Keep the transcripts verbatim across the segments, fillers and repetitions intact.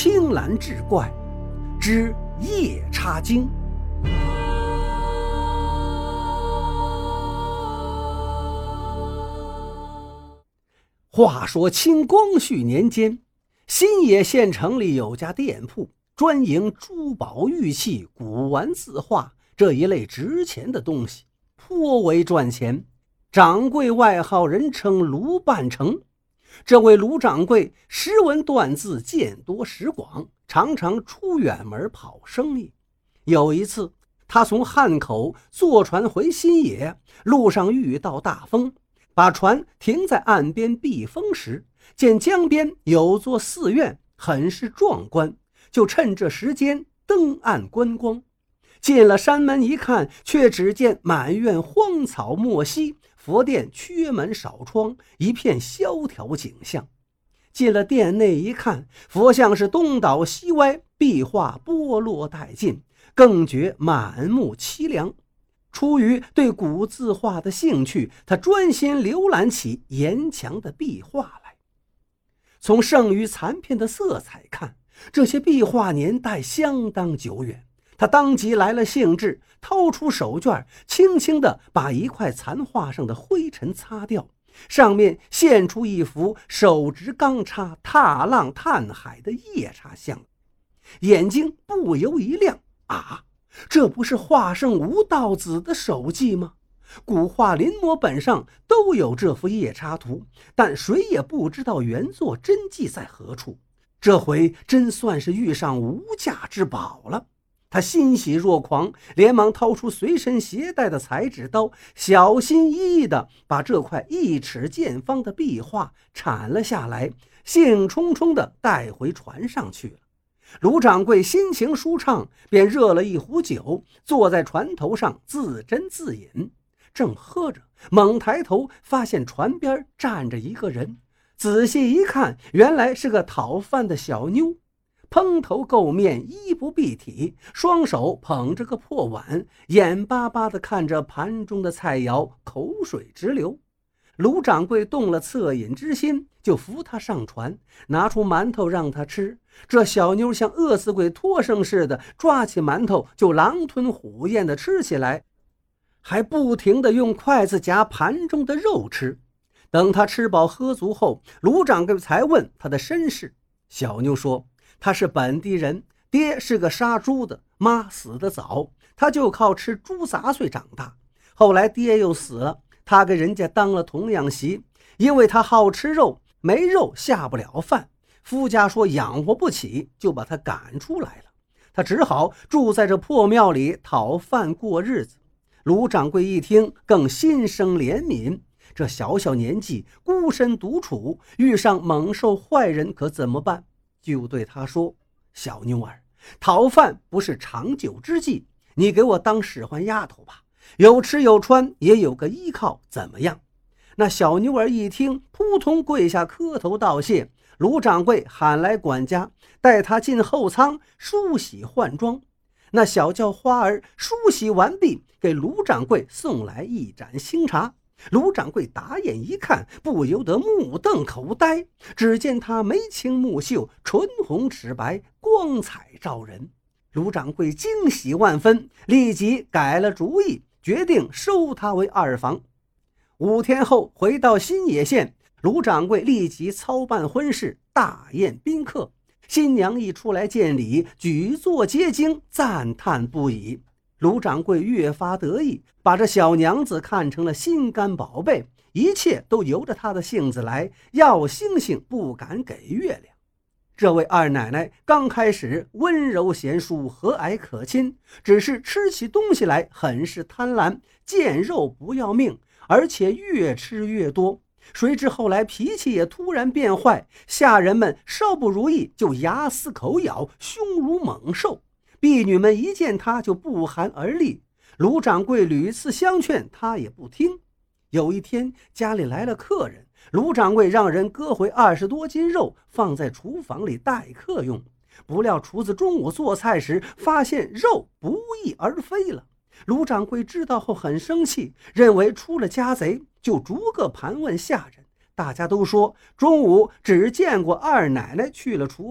青蓝志怪之夜叉经。话说清光绪年间，新野县城里有家店铺，专营珠宝玉器、古玩字画这一类值钱的东西，颇为赚钱。掌柜外号人称卢半成。这位卢掌柜识文断字，见多识广，常常出远门跑生意。有一次，他从汉口坐船回新野，路上遇到大风，把船停在岸边避风时，见江边有座寺院，很是壮观，就趁这时间登岸观光。进了山门一看，却只见满院荒草没溪，佛殿缺门少窗，一片萧条景象。进了殿内一看，佛像是东倒西歪，壁画剥落殆尽，更觉满目凄凉。出于对古字画的兴趣，他专心浏览起岩墙的壁画来。从剩余残片的色彩看，这些壁画年代相当久远。他当即来了兴致，掏出手绢，轻轻地把一块残画上的灰尘擦掉，上面现出一幅手执钢叉踏浪探海的夜叉像，眼睛不由一亮，啊，这不是画圣吴道子的手迹吗？古画临摹本上都有这幅夜叉图，但谁也不知道原作真迹在何处。这回真算是遇上无价之宝了。他欣喜若狂，连忙掏出随身携带的裁纸刀，小心翼翼地把这块一尺见方的壁画铲了下来，兴冲冲地带回船上去了。卢掌柜心情舒畅，便热了一壶酒，坐在船头上自斟自饮。正喝着，猛抬头发现船边站着一个人，仔细一看，原来是个讨饭的小妞。蓬头垢面，衣不蔽体，双手捧着个破碗，眼巴巴地看着盘中的菜肴，口水直流。卢掌柜动了恻隐之心，就扶他上船，拿出馒头让他吃。这小妞像饿死鬼托生似的，抓起馒头就狼吞虎咽地吃起来，还不停地用筷子夹盘中的肉吃。等他吃饱喝足后，卢掌柜才问他的身世。小妞说，他是本地人，爹是个杀猪的，妈死得早，他就靠吃猪杂碎长大。后来爹又死了，他给人家当了童养媳，因为他好吃肉，没肉下不了饭，夫家说养活不起，就把他赶出来了。他只好住在这破庙里讨饭过日子。卢掌柜一听，更心生怜悯，这小小年纪孤身独处，遇上猛兽坏人可怎么办？就对他说，小妞儿，讨饭不是长久之计，你给我当使唤丫头吧，有吃有穿，也有个依靠，怎么样？那小妞儿一听，扑通跪下磕头道谢。卢掌柜喊来管家，带他进后舱梳洗换装。那小叫花儿梳洗完毕，给卢掌柜送来一盏新茶。卢掌柜打眼一看，不由得目瞪口呆，只见他眉清目秀，唇红齿白，光彩照人。卢掌柜惊喜万分，立即改了主意，决定收他为二房。五天后回到新野县，卢掌柜立即操办婚事，大宴宾客。新娘一出来见礼，举座皆惊，赞叹不已。卢掌柜越发得意，把这小娘子看成了心肝宝贝，一切都由着他的性子来，要星星不敢给月亮。这位二奶奶刚开始温柔贤淑，和蔼可亲，只是吃起东西来很是贪婪，见肉不要命，而且越吃越多。谁知后来脾气也突然变坏，下人们稍不如意就牙撕口咬，凶如猛兽。婢女们一见他就不寒而栗，卢掌柜屡次相劝，他也不听。有一天家里来了客人，卢掌柜让人割回二十多斤肉，放在厨房里待客用。不料厨子中午做菜时，发现肉不翼而飞了。卢掌柜知道后很生气，认为出了家贼，就逐个盘问下人。大家都说中午只见过二奶奶去了厨房，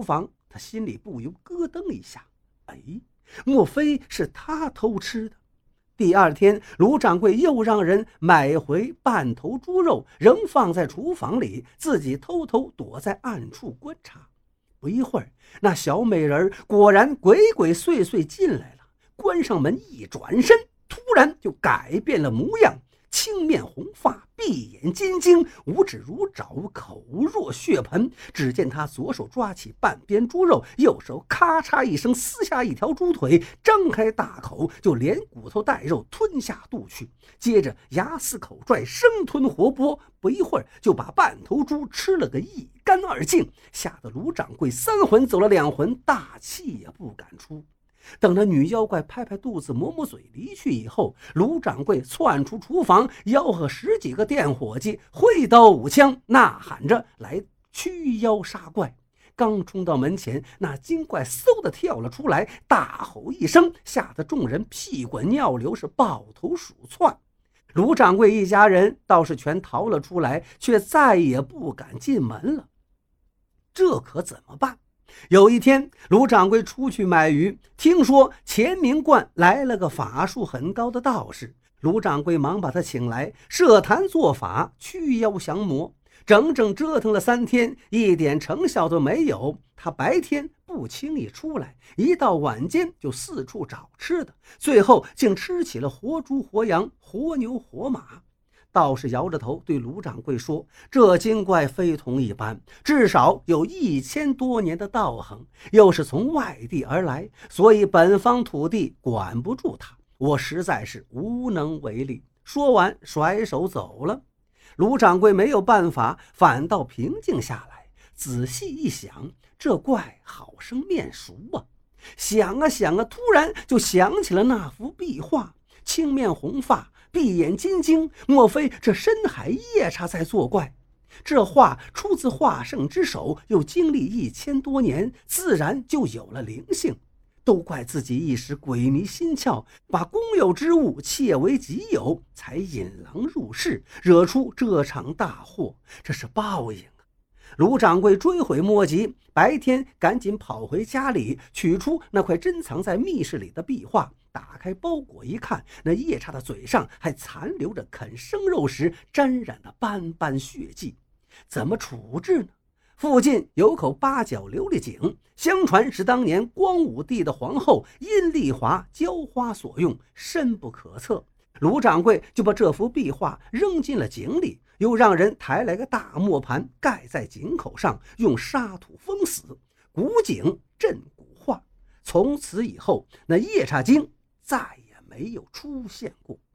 他心里不由咯噔一下，哎，莫非是他偷吃的？第二天，卢掌柜又让人买回半头猪肉，仍放在厨房里，自己偷偷躲在暗处观察。不一会儿，那小美人果然鬼鬼祟祟进来了，关上门一转身，突然就改变了模样，青面红发，闭眼金睛，五指如爪，口若血盆。只见他左手抓起半边猪肉，右手咔嚓一声撕下一条猪腿，张开大口就连骨头带肉吞下肚去，接着牙撕口拽，生吞活剥，不一会儿就把半头猪吃了个一干二净，吓得卢掌柜三魂走了两魂，大气也不敢出。等着女妖怪拍拍肚子抹抹嘴离去以后，卢掌柜窜出厨房，吆喝十几个店伙计，挥刀舞枪，呐喊着来驱妖杀怪。刚冲到门前，那精怪嗖的跳了出来，大吼一声，吓得众人屁滚尿流，是抱头鼠窜。卢掌柜一家人倒是全逃了出来，却再也不敢进门了。这可怎么办？有一天，卢掌柜出去买鱼，听说乾明观来了个法术很高的道士，卢掌柜忙把他请来，设坛做法，驱妖降魔。整整折腾了三天，一点成效都没有。他白天不轻易出来，一到晚间就四处找吃的，最后竟吃起了活猪、活羊、活牛、活马。道士摇着头对卢掌柜说：“这精怪非同一般，至少有一千多年的道行，又是从外地而来，所以本方土地管不住他，我实在是无能为力。”说完甩手走了。卢掌柜没有办法，反倒平静下来，仔细一想，这怪好生面熟啊！想啊想啊，突然就想起了那幅壁画，青面红发，闭眼金睛，莫非这深海夜叉在作怪？这画出自画圣之手，又经历一千多年，自然就有了灵性。都怪自己一时鬼迷心窍，把公有之物窃为己有，才引狼入室，惹出这场大祸，这是报应啊！卢掌柜追悔莫及，白天赶紧跑回家里，取出那块珍藏在密室里的壁画，打开包裹一看，那夜叉的嘴上还残留着啃生肉时沾染的斑斑血迹。怎么处置呢？附近有口八角琉璃井，相传是当年光武帝的皇后阴丽华浇花所用，深不可测。卢掌柜就把这幅壁画扔进了井里，又让人抬来个大磨盘盖在井口上，用沙土封死，古井镇古化。从此以后，那夜叉精再也没有出现过。